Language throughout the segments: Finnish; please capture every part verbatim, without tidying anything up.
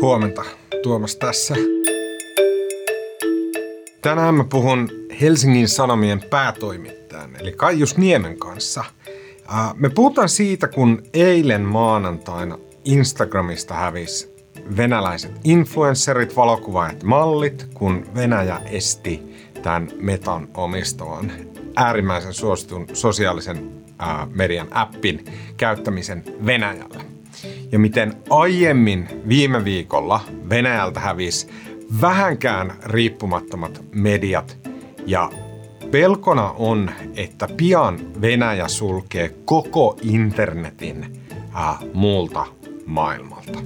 Huomenta, Tuomas tässä. Tänään mä puhun Helsingin Sanomien päätoimittajan, eli Kaijus Niemen kanssa. Me puhutaan siitä, kun eilen maanantaina Instagramista hävisi venäläiset influencerit, valokuvaajat, mallit, kun Venäjä esti tämän Metan omistavan äärimmäisen suositun sosiaalisen ää, median appin käyttämisen Venäjällä. Ja miten aiemmin viime viikolla Venäjältä hävisi vähänkään riippumattomat mediat ja pelkona on, että pian Venäjä sulkee koko internetin ää, muulta maailmalta.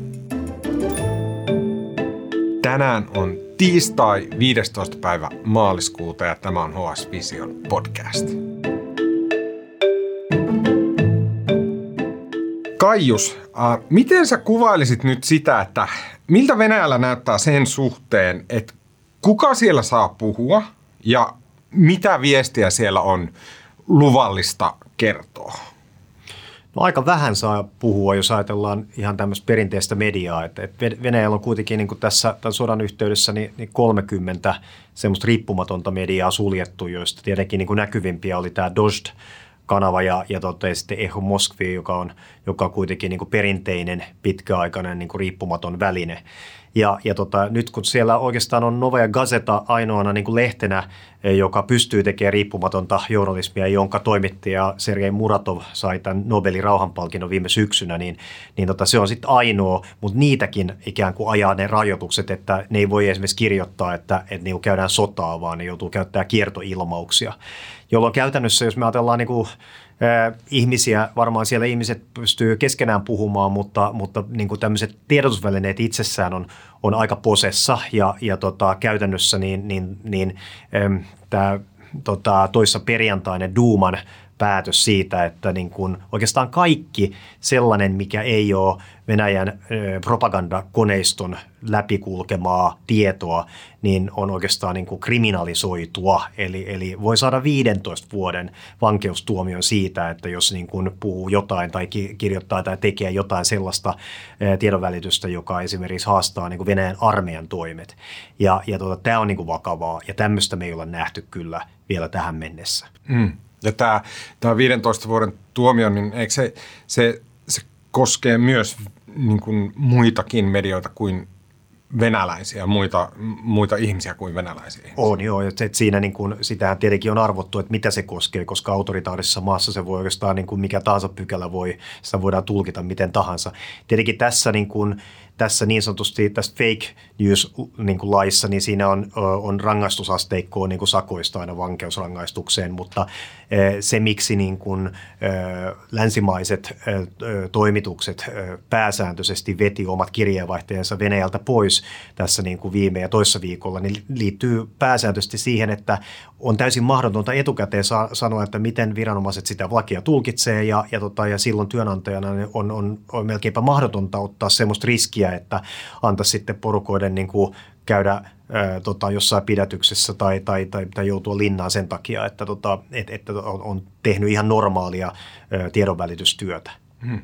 Tänään on tiistai viidestoista päivä maaliskuuta ja tämä on H S Vision podcast. Kaijus, äh, miten sä kuvailisit nyt sitä, että miltä Venäjällä näyttää sen suhteen, että kuka siellä saa puhua ja mitä viestiä siellä on luvallista kertoa? No aika vähän saa puhua, jos ajatellaan ihan tämmöistä perinteistä mediaa. Että, että Venäjällä on kuitenkin niin kuin tässä tämän sodan yhteydessä niin, niin kolmekymmentä semmoista riippumatonta mediaa suljettu, joista tietenkin niin kuin näkyvimpiä oli tämä Dozhd-kanava ja, ja, tota, ja sitten Echo Moskvi, joka on, joka on kuitenkin niin kuin perinteinen, pitkäaikainen niin kuin riippumaton väline. Ja, ja tota, nyt kun siellä oikeastaan on Novaja Gazeta ainoana niin kuin lehtenä, joka pystyy tekemään riippumatonta journalismia, jonka toimittaja Sergei Muratov sai tämän Nobelin rauhanpalkinnon viime syksynä, niin, niin tota, se on sitten ainoa, mutta niitäkin ikään kuin ajaa ne rajoitukset, että ne ei voi esimerkiksi kirjoittaa, että, että niin käydään sotaa, vaan ne joutuu käyttämään kiertoilmauksia, jolloin käytännössä, jos me ajatellaan niin kuin ihmisiä, varmaan siellä ihmiset pystyy keskenään puhumaan, mutta, mutta niin kuin tämmöiset tiedotusvälineet itsessään on, on aika posessa ja, ja tota, käytännössä niin, niin, niin tämä tota, toissa perjantainen Duuman päätös siitä, että niin kuin oikeastaan kaikki sellainen, mikä ei ole Venäjän propagandakoneiston läpikulkemaa tietoa, niin on oikeastaan niin kuin kriminalisoitua. Eli, eli voi saada viidentoista vuoden vankeustuomion siitä, että jos niin kuin puhuu jotain tai kirjoittaa tai tekee jotain sellaista tiedonvälitystä, joka esimerkiksi haastaa niin kuin Venäjän armeijan toimet. Ja, ja tota, tämä on niin kuin vakavaa ja tämmöistä me ei olla nähty kyllä vielä tähän mennessä. Mm. Ja tämä, tämä viidentoista vuoden tuomio, niin eikö se, se, se koskee myös niin kuin muitakin medioita kuin venäläisiä, muita, muita ihmisiä kuin venäläisiä ihmisiä? On joo, ja siinä niin kuin, sitähän tietenkin on arvottu, että mitä se koskee, koska autoritaarisessa maassa se voi oikeastaan niin kuin mikä tahansa pykälä voi, sitä voidaan tulkita miten tahansa. Tietenkin tässä niin kuin Tässä niin sanotusti tässä fake news-laissa, niin siinä on, on rangaistusasteikkoa niin kuin sakoista aina vankeusrangaistukseen, mutta se, miksi niin kuin länsimaiset toimitukset pääsääntöisesti veti omat kirjeenvaihtajansa Venäjältä pois tässä niin kuin viime ja toissa viikolla, niin liittyy pääsääntöisesti siihen, että on täysin mahdotonta etukäteen sanoa, että miten viranomaiset sitä lakia tulkitsee ja, ja, tota, ja silloin työnantajana on, on, on melkeinpä mahdotonta ottaa semmoista riskiä, että antaisi sitten porukoiden niin kuin käydä ää, tota, jossain pidätyksessä tai, tai, tai, tai joutua linnaan sen takia, että, tota, et, että on, on tehnyt ihan normaalia ää, tiedonvälitystyötä. Hmm.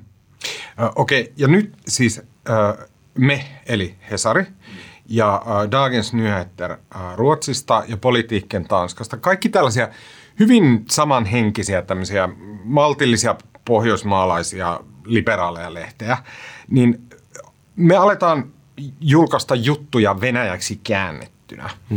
Okei, okay. Ja nyt siis äh, me, eli Hesari, ja äh, Dagens Nyheter äh, Ruotsista ja Politiken Tanskasta, kaikki tällaisia hyvin samanhenkisiä, tämmöisiä maltillisia pohjoismaalaisia liberaaleja lehtejä, niin me aletaan julkaista juttuja venäjäksi käännettynä. Hmm.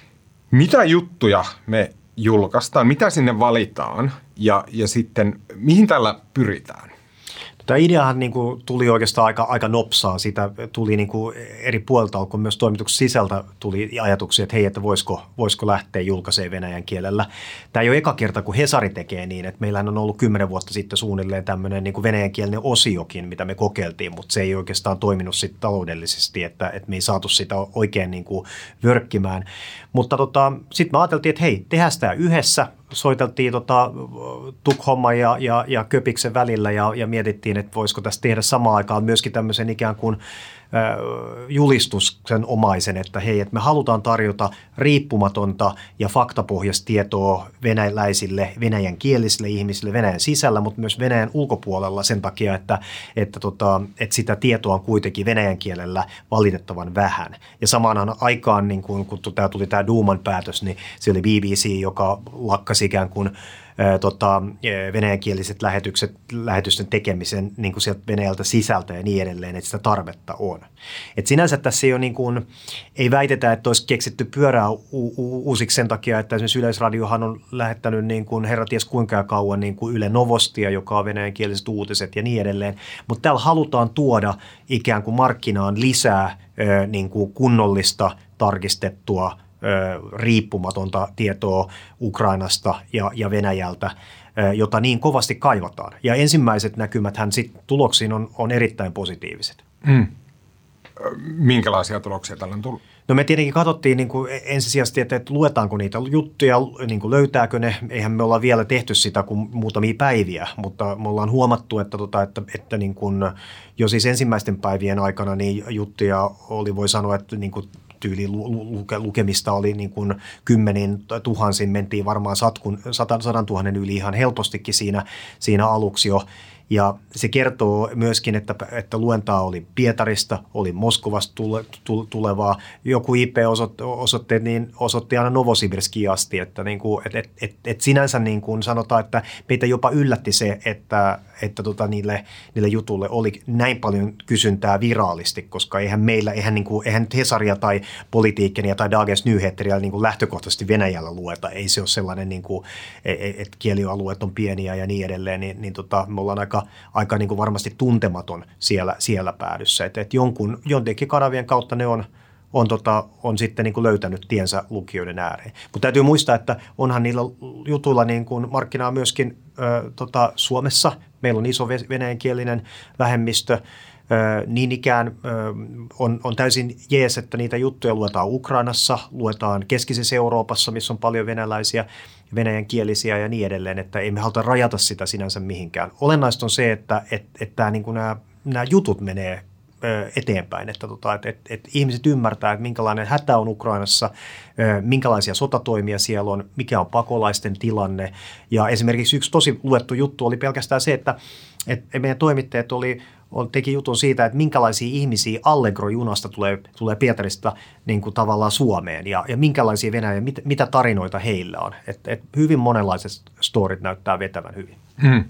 Mitä juttuja me julkaistaan, mitä sinne valitaan ja, ja sitten mihin tällä pyritään? Tämä ideahan niin kuin tuli oikeastaan aika, aika nopsaa. Sitä tuli niin kuin eri puolta, kun myös toimituksen sisältä tuli ajatuksia, että hei, että voisiko, voisiko lähteä julkaisemaan venäjän kielellä. Tämä ei ole eka kerta, kun Hesari tekee niin, että meillähän on ollut kymmenen vuotta sitten suunnilleen tämmöinen niin kuin venäjänkielinen osiokin, mitä me kokeiltiin, mutta se ei oikeastaan toiminut sitten taloudellisesti, että, että me ei saatu sitä oikein niin kuin vörkkimään. Mutta tota, sitten me ajateltiin, että hei, tehdään sitä yhdessä. soiteltiin tota Tukholman ja, ja, ja Köpiksen välillä ja, ja mietittiin, että voisiko tässä tehdä samaan aikaan myöskin tämmöisen ikään kuin julistuksen omaisen, että hei, että me halutaan tarjota riippumatonta ja faktapohjaista tietoa venäläisille, venäjän kielisille ihmisille Venäjän sisällä, mutta myös Venäjän ulkopuolella sen takia, että, että, tota, että sitä tietoa on kuitenkin venäjän kielellä valitettavan vähän. Ja samaan aikaan, niin kun, kun tämä tuli tämä Duuman päätös, niin se oli B B C, joka lakkasi ikään kuin Tota, venäjänkieliset lähetykset, lähetysten tekemisen niin kuin sieltä Venäjältä sisältä ja niin edelleen, että sitä tarvetta on. Et sinänsä tässä ei, ole niin kuin, ei väitetä, että olisi keksitty pyörää u- u- uusiksi sen takia, että esimerkiksi Yleisradiohan on lähettänyt niin kuin herra ties kuinka kauan niin kuin Yle Novostia, joka on venäjänkieliset uutiset ja niin edelleen, mutta täällä halutaan tuoda ikään kuin markkinaan lisää niin kuin kunnollista, tarkistettua, riippumatonta tietoa Ukrainasta ja, ja Venäjältä, jota niin kovasti kaivataan. Ja ensimmäiset näkymäthän sit tuloksiin on, on erittäin positiiviset. Mm. Minkälaisia tuloksia tällä on tullut? No me tietenkin katsottiin niin kuin ensisijaisesti, että, että luetaanko niitä juttuja, niin kuin löytääkö ne. Eihän me olla vielä tehty sitä kuin muutamia päiviä, mutta me ollaan huomattu, että, tota, että, että niin kuin jo siis ensimmäisten päivien aikana niin juttuja oli, voi sanoa, että niin kuin tyyli luke, lukemista oli niin kuin kymmenin tuhansin, mentiin varmaan satkun, satan, sadan tuhannen yli ihan helpostikin siinä, siinä aluksi jo. Ja se kertoo myöskin, että, että luentaa oli Pietarista, oli Moskovasta tule, tulevaa. Joku I P-osoite niin osoitti aina Novosibirskiin asti, että niin kuin, et, et, et, et sinänsä niin kuin sanotaan, että meitä jopa yllätti se, että, että tota niille, niille jutulle oli näin paljon kysyntää viraalisti, koska eihän meillä, eihän, niin kuin, eihän Hesaria tai Politiikkenia tai Dagens Nyheteria niin kuin lähtökohtaisesti Venäjällä lueta. Ei se ole sellainen, niin kuin, että kielialueet on pieniä ja niin edelleen, niin, niin tota, me ollaan aika aika niin kuin varmasti tuntematon siellä, siellä päädyssä. Että et jonkun, jonkin kanavien kautta ne on, on, tota, on sitten niin kuin löytänyt tiensä lukijoiden ääreen. Mutta täytyy muistaa, että onhan niillä jutuilla niin kuin markkinaa myöskin ö, tota, Suomessa. Meillä on iso venäjänkielinen vähemmistö. Ö, niin ikään ö, on, on täysin jees, että niitä juttuja luetaan Ukrainassa, luetaan keskisessä Euroopassa, missä on paljon venäläisiä, venäjänkielisiä ja niin edelleen, että ei me haluta rajata sitä sinänsä mihinkään. Olennaista on se, että et, et tää, niin kuin nämä, nämä jutut menee ö, eteenpäin, että tota, et, et, et ihmiset ymmärtää, että minkälainen hätä on Ukrainassa, ö, minkälaisia sotatoimia siellä on, mikä on pakolaisten tilanne. Ja esimerkiksi yksi tosi luettu juttu oli pelkästään se, että et meidän toimittajat oli teki jutun siitä, että minkälaisia ihmisiä Allegro-junasta tulee, tulee Pietarista niin kuin tavallaan Suomeen ja, ja minkälaisia Venäjä, mit, mitä tarinoita heillä on. Et, et hyvin monenlaiset storit näyttää vetävän hyvin. Hmm.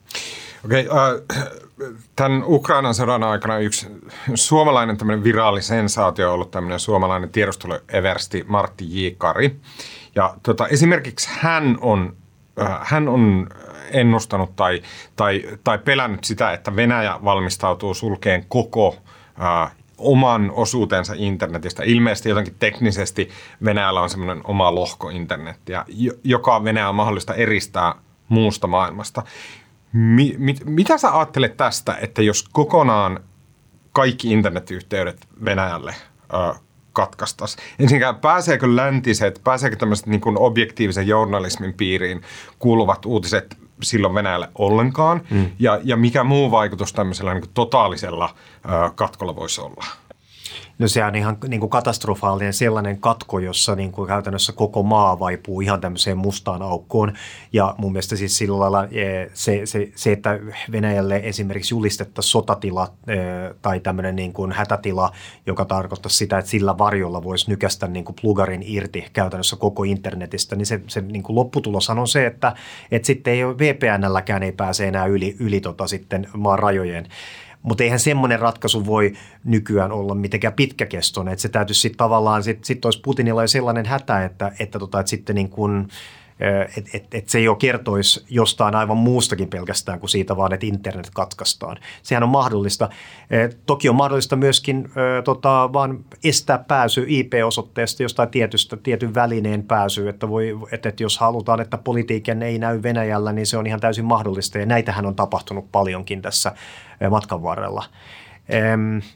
Okei, okay, äh, tämän Ukrainan sodan aikana yksi suomalainen tämmöinen viraalisensaatio on ollut tämmöinen suomalainen tiedustelueversti Martti J. Kari. Ja tota, esimerkiksi hän on, äh, hän on ennustanut tai, tai, tai pelännyt sitä, että Venäjä valmistautuu sulkeen koko ää, oman osuutensa internetistä. Ilmeisesti jotenkin teknisesti Venäjällä on semmoinen oma lohko internetiä, joka on Venäjä mahdollista eristää muusta maailmasta. Mi, mit, mitä sä ajattelet tästä, että jos kokonaan kaikki internetyhteydet Venäjälle ää, katkaistaisiin? Ensinnäkään pääseekö läntiset, pääseekö tämmöiset niin kuin objektiivisen journalismin piiriin kuuluvat uutiset silloin Venäjälle ollenkaan, mm. ja, ja mikä muu vaikutus tämmöisellä niin kuin totaalisella ö, katkolla voisi olla? No se on ihan niin kuin katastrofaalinen sellainen katko, jossa niin kuin käytännössä koko maa vaipuu ihan tämmöiseen mustaan aukkoon. Ja mun mielestä siis sillä lailla se, se, se että Venäjälle esimerkiksi julistettaisiin sotatila tai tämmöinen niin kuin hätätila, joka tarkoittaa sitä, että sillä varjolla voisi nykästä niin kuin plugarin irti käytännössä koko internetistä, niin se, se niin kuin lopputuloshan on se, että, että sitten ei V P N:lläkään ei pääse enää yli, yli tota sitten maan rajojen. Mutta eihän semmoinen ratkaisu voi nykyään olla mitenkään pitkäkestoinen, että se täytyisi sitten tavallaan, sitten sit olisi Putinilla jo sellainen hätä, että, että, tota, että sitten niin kuin, että et, et se jo kertoisi jostain aivan muustakin pelkästään kuin siitä vaan, että internet katkaistaan. Sehän on mahdollista. Toki on mahdollista myöskin tota, vaan estää pääsy I P-osoitteesta jostain tietystä, tietyn välineen pääsy, että, voi, että, että jos halutaan, että politiikan ei näy Venäjällä, niin se on ihan täysin mahdollista ja näitähän on tapahtunut paljonkin tässä matkan varrella.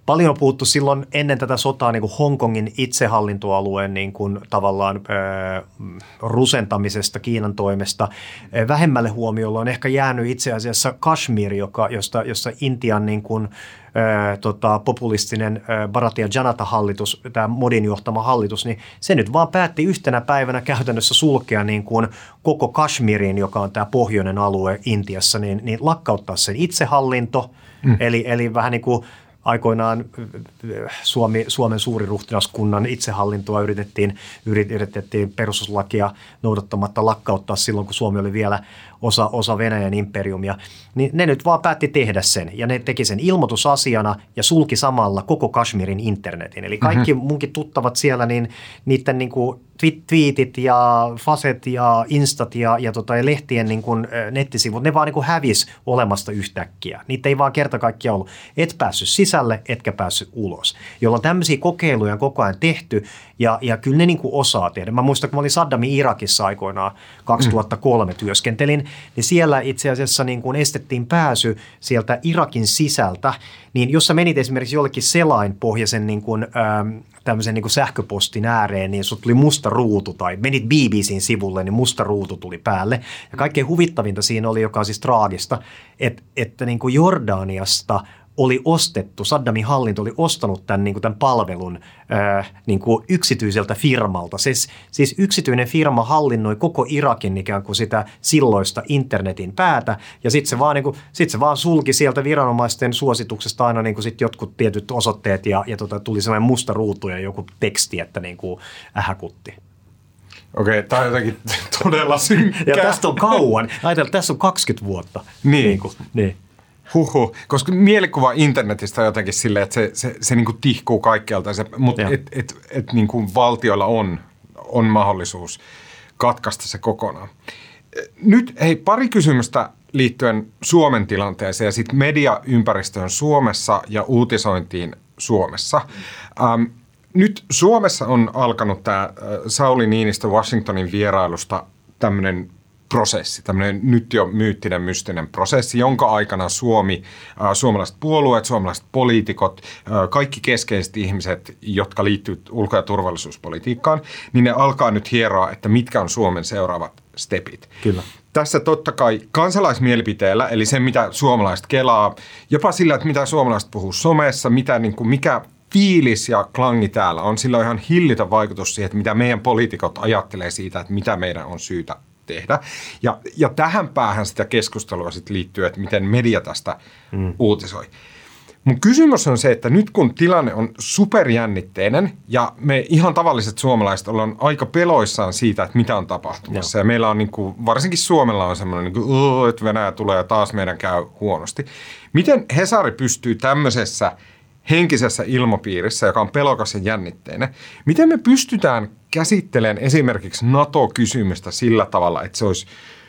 paljon on puhuttu silloin ennen tätä sotaa niin kuin Hongkongin itsehallintoalueen niin kuin tavallaan ö, rusentamisesta Kiinan toimesta. Vähemmälle huomiolle on ehkä jäänyt itse asiassa Kashmir, joka, josta, jossa Intian niin kuin, ö, tota, populistinen ö, Bharatiya Janata-hallitus, tämä Modin johtama hallitus, niin se nyt vaan päätti yhtenä päivänä käytännössä sulkea niin kuin koko Kashmirin, joka on tämä pohjoinen alue Intiassa, niin, niin lakkauttaa sen itsehallinto, mm. eli, eli vähän niin kuin aikoinaan Suomi, Suomen suuriruhtinaskunnan itsehallintoa yritettiin, yritettiin perustuslakia noudattamatta lakkauttaa silloin, kun Suomi oli vielä osa, osa Venäjän imperiumia. Niin ne nyt vaan päätti tehdä sen, ja ne teki sen ilmoitusasiana ja sulki samalla koko Kashmirin internetin. Eli kaikki mm-hmm. munkin tuttavat siellä, niin niiden niin kuin twiitit ja faset ja instat ja, ja, tota, ja lehtien niin kuin, nettisivut, ne vaan niin kuin hävisi olemasta yhtäkkiä. Niitä ei vaan kerta kaikkiaan ollut. Et päässyt sisälle, etkä päässyt ulos. Jolloin tämmöisiä kokeiluja on koko ajan tehty, ja, ja kyllä ne niin kuin osaa tehdä. Mä muistan, kun mä olin Saddamin Irakissa aikoinaan kaksituhattakolme mm. työskentelin, niin siellä itse asiassa niin kuin estettiin pääsy sieltä Irakin sisältä, niin jos sä menit esimerkiksi jollekin selainpohjaisen niin kuin, ähm, tämmöisen niin kuin sähköpostin ääreen, niin sut tuli musta ruutu, tai menit B B C:n sivulle, niin musta ruutu tuli päälle. Ja kaikkein huvittavinta siinä oli, joka on siis traagista, että, että niin kuin Jordaniasta oli ostettu, Saddamin hallinto oli ostanut tämän, niin kuin tämän palvelun ää, niin kuin yksityiseltä firmalta. Siis, siis yksityinen firma hallinnoi koko Irakin ikään kuin sitä silloista internetin päätä, ja sitten se, vaan, niin kuin, sit se vaan sulki sieltä viranomaisten suosituksesta aina niin kuin sit jotkut tietyt osoitteet, ja, ja tota, tuli sellainen musta ruutu ja joku teksti, että niin kuin ähäkutti. Okei, tämä on jotenkin todella synkkää. Ja tästä on kauan. Ajatellaan, tässä on kaksikymmentä vuotta. Niin. Niin, kuin, niin. Huhhuh, koska mielikuva internetistä on jotenkin silleen, että se, se, se niin kuin tihkuu kaikkialta, se, mutta et, et, et niin kuin valtioilla on, on mahdollisuus katkaista se kokonaan. Nyt hei, pari kysymystä liittyen Suomen tilanteeseen ja sitten mediaympäristöön Suomessa ja uutisointiin Suomessa. Ähm, nyt Suomessa on alkanut tämä Sauli Niinistö Washingtonin vierailusta tämmöinen prosessi, tämmöinen nyt jo myyttinen, mystinen prosessi, jonka aikana Suomi, äh, suomalaiset puolueet, suomalaiset poliitikot, äh, kaikki keskeiset ihmiset, jotka liittyvät ulko- ja turvallisuuspolitiikkaan, niin ne alkaa nyt hieroa, että mitkä on Suomen seuraavat stepit. Kyllä. Tässä totta kai kansalaismielipiteellä, eli se mitä suomalaiset kelaa, jopa sillä, että mitä suomalaiset puhuu somessa, mitä, niin kuin, mikä fiilis ja klangi täällä on, sillä on ihan hillitön vaikutus siihen, että mitä meidän poliitikot ajattelee siitä, että mitä meidän on syytä tehdä. Ja, ja tähän päähän sitä keskustelua sitten liittyy, että miten media tästä mm. uutisoi. Mun kysymys on se, että nyt kun tilanne on superjännitteinen ja me ihan tavalliset suomalaiset ollaan aika peloissaan siitä, että mitä on tapahtumassa. Joo. Ja meillä on niin kuin, varsinkin Suomella on semmoinen, niin kuin, että Venäjä tulee ja taas meidän käy huonosti. Miten Hesari pystyy tämmöisessä henkisessä ilmapiirissä, joka on pelokas ja jännitteinen, miten me pystytään käsittelemään esimerkiksi NATO-kysymystä sillä tavalla, että se olisi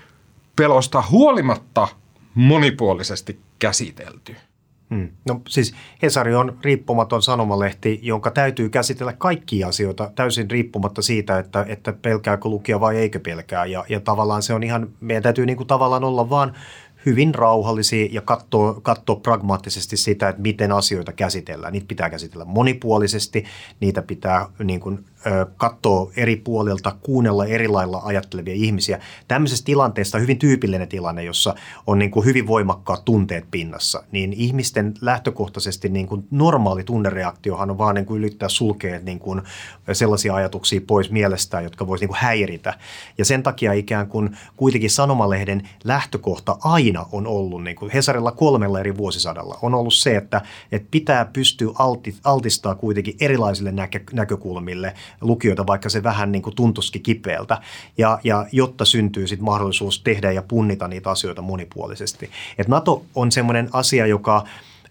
pelosta huolimatta monipuolisesti käsitelty? Hmm. No siis Hesari on riippumaton sanomalehti, jonka täytyy käsitellä kaikkia asioita täysin riippumatta siitä, että, että pelkääkö lukija vai eikö pelkää. Ja, ja tavallaan se on ihan, meidän täytyy niin kuin tavallaan olla vaan hyvin rauhallisia ja katsoa, katsoa pragmaattisesti sitä, että miten asioita käsitellään. Niitä pitää käsitellä monipuolisesti, niitä pitää niin kuin, ö, katsoa eri puolilta, kuunnella eri lailla ajattelevia ihmisiä. Tämmöisessä tilanteessa hyvin tyypillinen tilanne, jossa on niin kuin hyvin voimakkaat tunteet pinnassa, niin ihmisten lähtökohtaisesti niin kuin normaali tunnereaktiohan on vaan niin kuin yrittää sulkea niin kuin sellaisia ajatuksia pois mielestään, jotka voisi niin kuin häiritä. Ja sen takia ikään kuin kuitenkin sanomalehden lähtökohta aina on ollut, niin kuin Hesarilla kolmella eri vuosisadalla, on ollut se, että, että pitää pystyä alti, altistaa kuitenkin erilaisille näkö, näkökulmille lukijoita, vaikka se vähän niin kuin tuntuisikin kipeältä, ja, ja jotta syntyy sit mahdollisuus tehdä ja punnita niitä asioita monipuolisesti. Et NATO on semmoinen asia, joka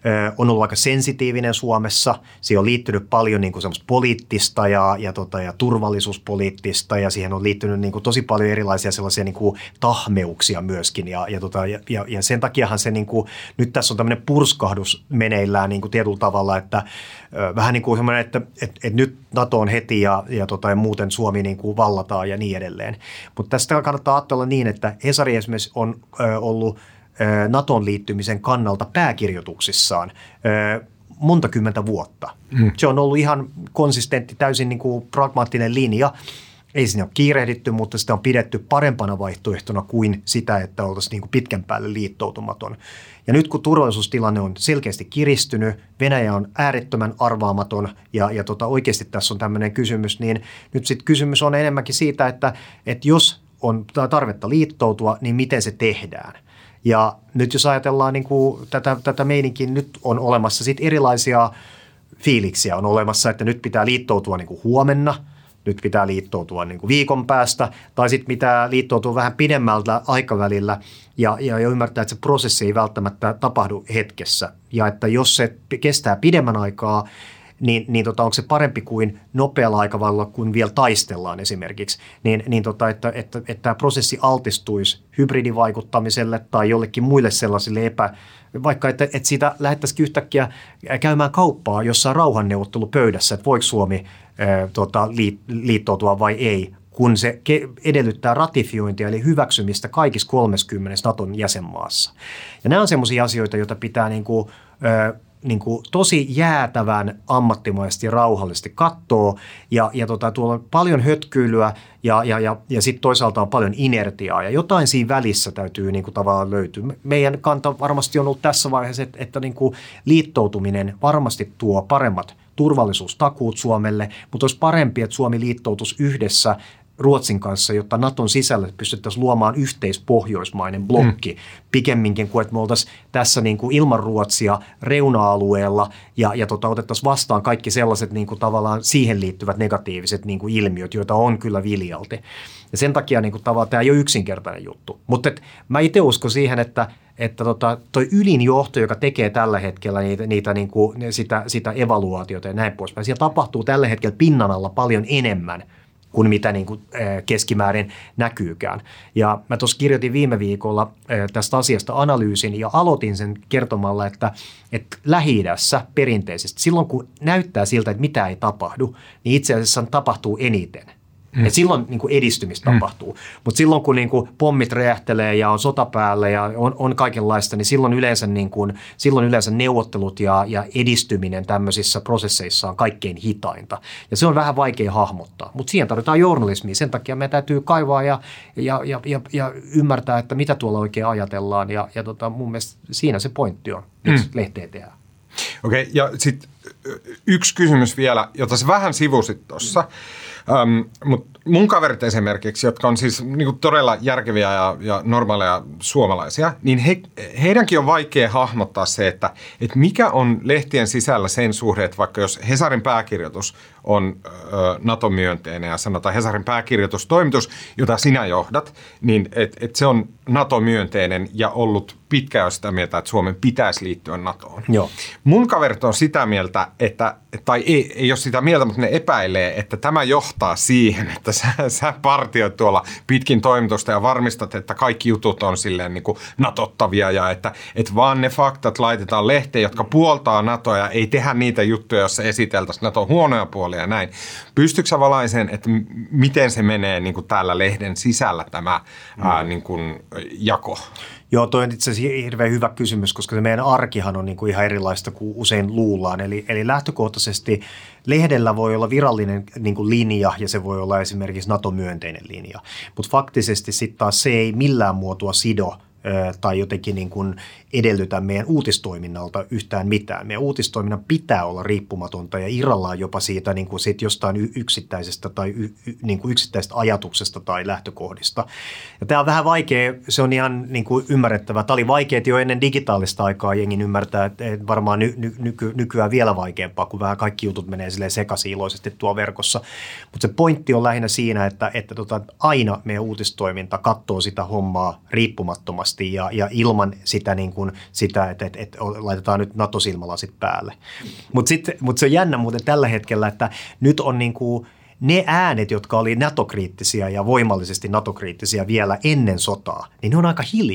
on ollut aika sensitiivinen Suomessa. Siihen on liittynyt paljon niin kuin semmoista poliittista ja, ja, tota, ja turvallisuuspoliittista, ja siihen on liittynyt niin kuin tosi paljon erilaisia sellaisia niin kuin tahmeuksia myöskin. Ja, ja, tota, ja, ja sen takiahan se niin kuin, nyt tässä on tämmöinen purskahdus meneillään niin kuin tietyllä tavalla, että ö, vähän niin kuin semmoinen, että et, et nyt NATO on heti ja, ja, tota, ja muuten Suomi niin kuin vallataan ja niin edelleen. Mutta tästä kannattaa ajatella niin, että Hesari esimerkiksi on ö, ollut Naton liittymisen kannalta pääkirjoituksissaan monta kymmentä vuotta. Mm. Se on ollut ihan konsistentti, täysin niin kuin pragmaattinen linja. Ei sinne ole kiirehditty, mutta sitä on pidetty parempana vaihtoehtona kuin sitä, että oltaisiin niin kuin pitkän päälle liittoutumaton. Ja nyt kun turvallisuustilanne on selkeästi kiristynyt, Venäjä on äärettömän arvaamaton ja, ja tota, oikeasti tässä on tämmöinen kysymys, niin nyt sitten kysymys on enemmänkin siitä, että, että jos on tarvetta liittoutua, niin miten se tehdään. Ja nyt jos ajatellaan niin kuin tätä, tätä meininkiä, nyt on olemassa sit erilaisia fiiliksiä. On olemassa, että nyt pitää liittoutua niin kuin huomenna, nyt pitää liittoutua niin kuin viikon päästä, tai sitten pitää liittoutua vähän pidemmältä aikavälillä ja, ja ymmärtää, että se prosessi ei välttämättä tapahdu hetkessä. Ja että jos se kestää pidemmän aikaa, niin, niin tota, onko se parempi kuin nopealla aikavälillä, kun vielä taistellaan esimerkiksi, niin, niin tota, että, että, että tämä prosessi altistuisi hybridivaikuttamiselle tai jollekin muille sellaisille epä, vaikka että, että siitä lähdettäisiin yhtäkkiä käymään kauppaa jossain rauhanneuvottelupöydässä, että voiko Suomi ää, tota, liittoutua vai ei, kun se edellyttää ratifiointia eli hyväksymistä kaikissa kolmekymmentä Naton jäsenmaassa. Ja nämä on sellaisia asioita, joita pitää niin kuin, ää, niin kuin tosi jäätävän ammattimaisesti ja rauhallisesti kattoo ja, ja tota, tuolla on paljon hötkyilyä ja, ja, ja, ja sitten toisaalta on paljon inertiaa ja jotain siinä välissä täytyy niin kuin tavallaan löytyä. Meidän kanta varmasti on ollut tässä vaiheessa, että, että niin kuin liittoutuminen varmasti tuo paremmat turvallisuustakuut Suomelle, mutta olisi parempi, että Suomi liittoutuisi yhdessä Ruotsin kanssa, jotta Naton sisällä pystyttäisiin luomaan yhteispohjoismainen blokki, mm. pikemminkin kuin että me oltaisiin tässä niin kuin ilman Ruotsia reuna-alueella ja, ja tota, otettaisiin vastaan kaikki sellaiset niin kuin tavallaan siihen liittyvät negatiiviset niin kuin ilmiöt, joita on kyllä viljalti. Ja sen takia niin kuin tavallaan tämä ei ole yksinkertainen juttu. Mutta et, mä itse uskon siihen, että että tota, toi ylinjohto, joka tekee tällä hetkellä niitä, niitä niin kuin, sitä, sitä evaluaatiota ja näin poispäin, siellä tapahtuu tällä hetkellä pinnan alla paljon enemmän kuin mitä niin kuin keskimäärin näkyykään. Ja mä tuossa kirjoitin viime viikolla tästä asiasta analyysin ja aloitin sen kertomalla, että, että Lähi-idässä perinteisesti silloin kun näyttää siltä, että mitä ei tapahdu, niin itse asiassa tapahtuu eniten. Mm. Et silloin niin kuin edistymistä mm. tapahtuu, mutta silloin kun niin kuin pommit räjähtelee ja on sota päällä ja on, on kaikenlaista, niin silloin yleensä, niin kuin, silloin yleensä neuvottelut ja, ja edistyminen tämmöisissä prosesseissa on kaikkein hitainta. Ja se on vähän vaikea hahmottaa, mutta siihen tarvitaan journalismia. Sen takia meidän täytyy kaivaa ja, ja, ja, ja, ja ymmärtää, että mitä tuolla oikein ajatellaan ja, ja tota, mun mielestä siinä se pointti on, mm. jos lehteä tehdään. Okei, okay, ja sitten yksi kysymys vielä, jota sä vähän sivusit tuossa. Um, mutta mun kaverit esimerkiksi, jotka on siis niinku todella järkeviä ja, ja normaaleja suomalaisia, niin he, heidänkin on vaikea hahmottaa se, että et mikä on lehtien sisällä sen suhde, että vaikka jos Hesarin pääkirjoitus on ö, NATO-myönteinen ja sanotaan Hesarin pääkirjoitustoimitus, jota sinä johdat, niin että et se on NATO-myönteinen ja ollut pitkään sitä mieltä, että Suomen pitäisi liittyä NATOon. Joo. Mun kaverit on sitä mieltä, että, tai ei, ei ole sitä mieltä, mutta ne epäilee, että tämä johtaa siihen, että sä, sä partioit tuolla pitkin toimitusta ja varmistat, että kaikki jutut on silleen niin kuin natottavia ja että, että vaan ne faktat laitetaan lehteen, jotka puoltaa NATOa ja ei tehdä niitä juttuja, joissa esiteltäisiin NATOn huonoja puolia ja näin. Pystytkö sä valaiseen, että miten se menee niin kuin täällä lehden sisällä tämä mm. ää, niin kuin jako? Joo, toi on itse asiassa hirveän hyvä kysymys, koska se meidän arkihan on niin kuin ihan erilaista kuin usein luullaan. Eli, eli lähtökohtaisesti lehdellä voi olla virallinen niin kuin linja ja se voi olla esimerkiksi NATO-myönteinen linja. Mutta faktisesti sitten taas se ei millään muotoa sido tai jotenkin niin kuin edellytä meidän uutistoiminnalta yhtään mitään. Meidän uutistoiminnan pitää olla riippumatonta ja irrallaan jopa siitä niin kuin siitä jostain yksittäisestä tai y, y, niin kuin yksittäisestä ajatuksesta tai lähtökohdista. Ja tämä on vähän vaikea, se on ihan niin kuin ymmärrettävää. Tämä oli vaikeaa jo ennen digitaalista aikaa, jengin ymmärtää, että varmaan ny, ny, nyky, nykyään vielä vaikeampaa, kun vähän kaikki jutut menee silleen sekaisin iloisesti tuo verkossa. Mutta se pointti on lähinnä siinä, että, että tota, aina meidän uutistoiminta katsoo sitä hommaa riippumattomasti ja, ja ilman sitä niin kuin sitä, että, että, että laitetaan nyt NATO-silmälasit päälle. Mutta sitten mut se on jännä muuten tällä hetkellä, että nyt on niin kuin ne äänet, jotka oli NATO-kriittisiä ja voimallisesti NATO-kriittisiä vielä ennen sotaa, niin ne on aika hiljaa.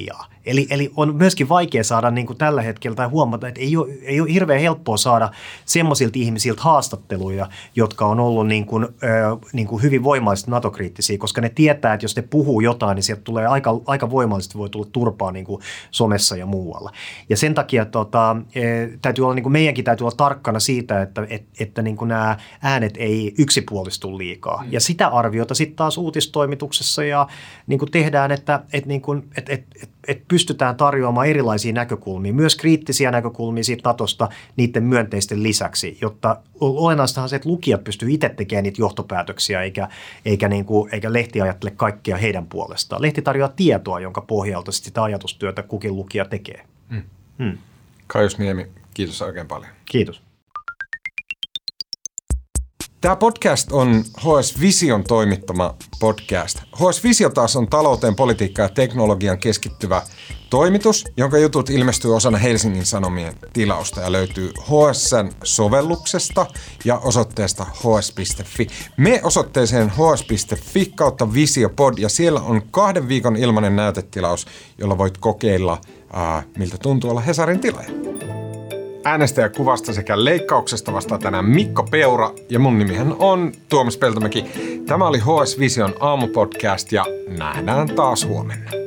Eli, eli on myöskin vaikea saada niin kuin tällä hetkellä tai huomata, että ei ole, ei ole hirveän helppoa saada semmoisilta ihmisiltä haastatteluja, jotka on ollut niin kuin, äh, niin kuin hyvin voimallisesti NATO-kriittisiä, koska ne tietää, että jos ne puhuu jotain, niin sieltä tulee aika, aika voimallisesti voi tulla turpaa niin kuin somessa ja muualla. Ja sen takia tota, äh, täytyy olla, niin kuin meidänkin täytyy olla tarkkana siitä, että, et, että niin kuin nämä äänet ei yksipuolistu liikaa. Mm. Ja sitä arviota sitten taas uutistoimituksessa ja niin kuin tehdään, että et, niin kuin, et, et, et, et pystytään tarjoamaan erilaisia näkökulmia, myös kriittisiä näkökulmia siitä NATOsta niiden myönteisten lisäksi, jotta olennaistahan se, että lukijat pystyy itse tekemään niitä johtopäätöksiä, eikä, eikä, niin kuin, eikä lehti ajattele kaikkia heidän puolestaan. Lehti tarjoaa tietoa, jonka pohjalta sitä ajatustyötä kukin lukija tekee. Mm. Mm. Kaius Niemi, kiitos oikein paljon. Kiitos. Tämä podcast on H S Vision toimittama podcast. H S Visio taas on talouteen, politiikkaan ja teknologian keskittyvä toimitus, jonka jutut ilmestyy osana Helsingin Sanomien tilausta ja löytyy H S:n sovelluksesta ja osoitteesta h s piste f i. Me osoitteeseen h s piste f i kautta visiopod ja siellä on kahden viikon ilmainen näytetilaus, jolla voit kokeilla, ää, miltä tuntuu olla Hesarin tilaaja. Äänestäjäkuvasta sekä leikkauksesta vastaa tänään Mikko Peura ja mun nimihän on Tuomas Peltomäki. Tämä oli H S Vision aamupodcast ja nähdään taas huomenna.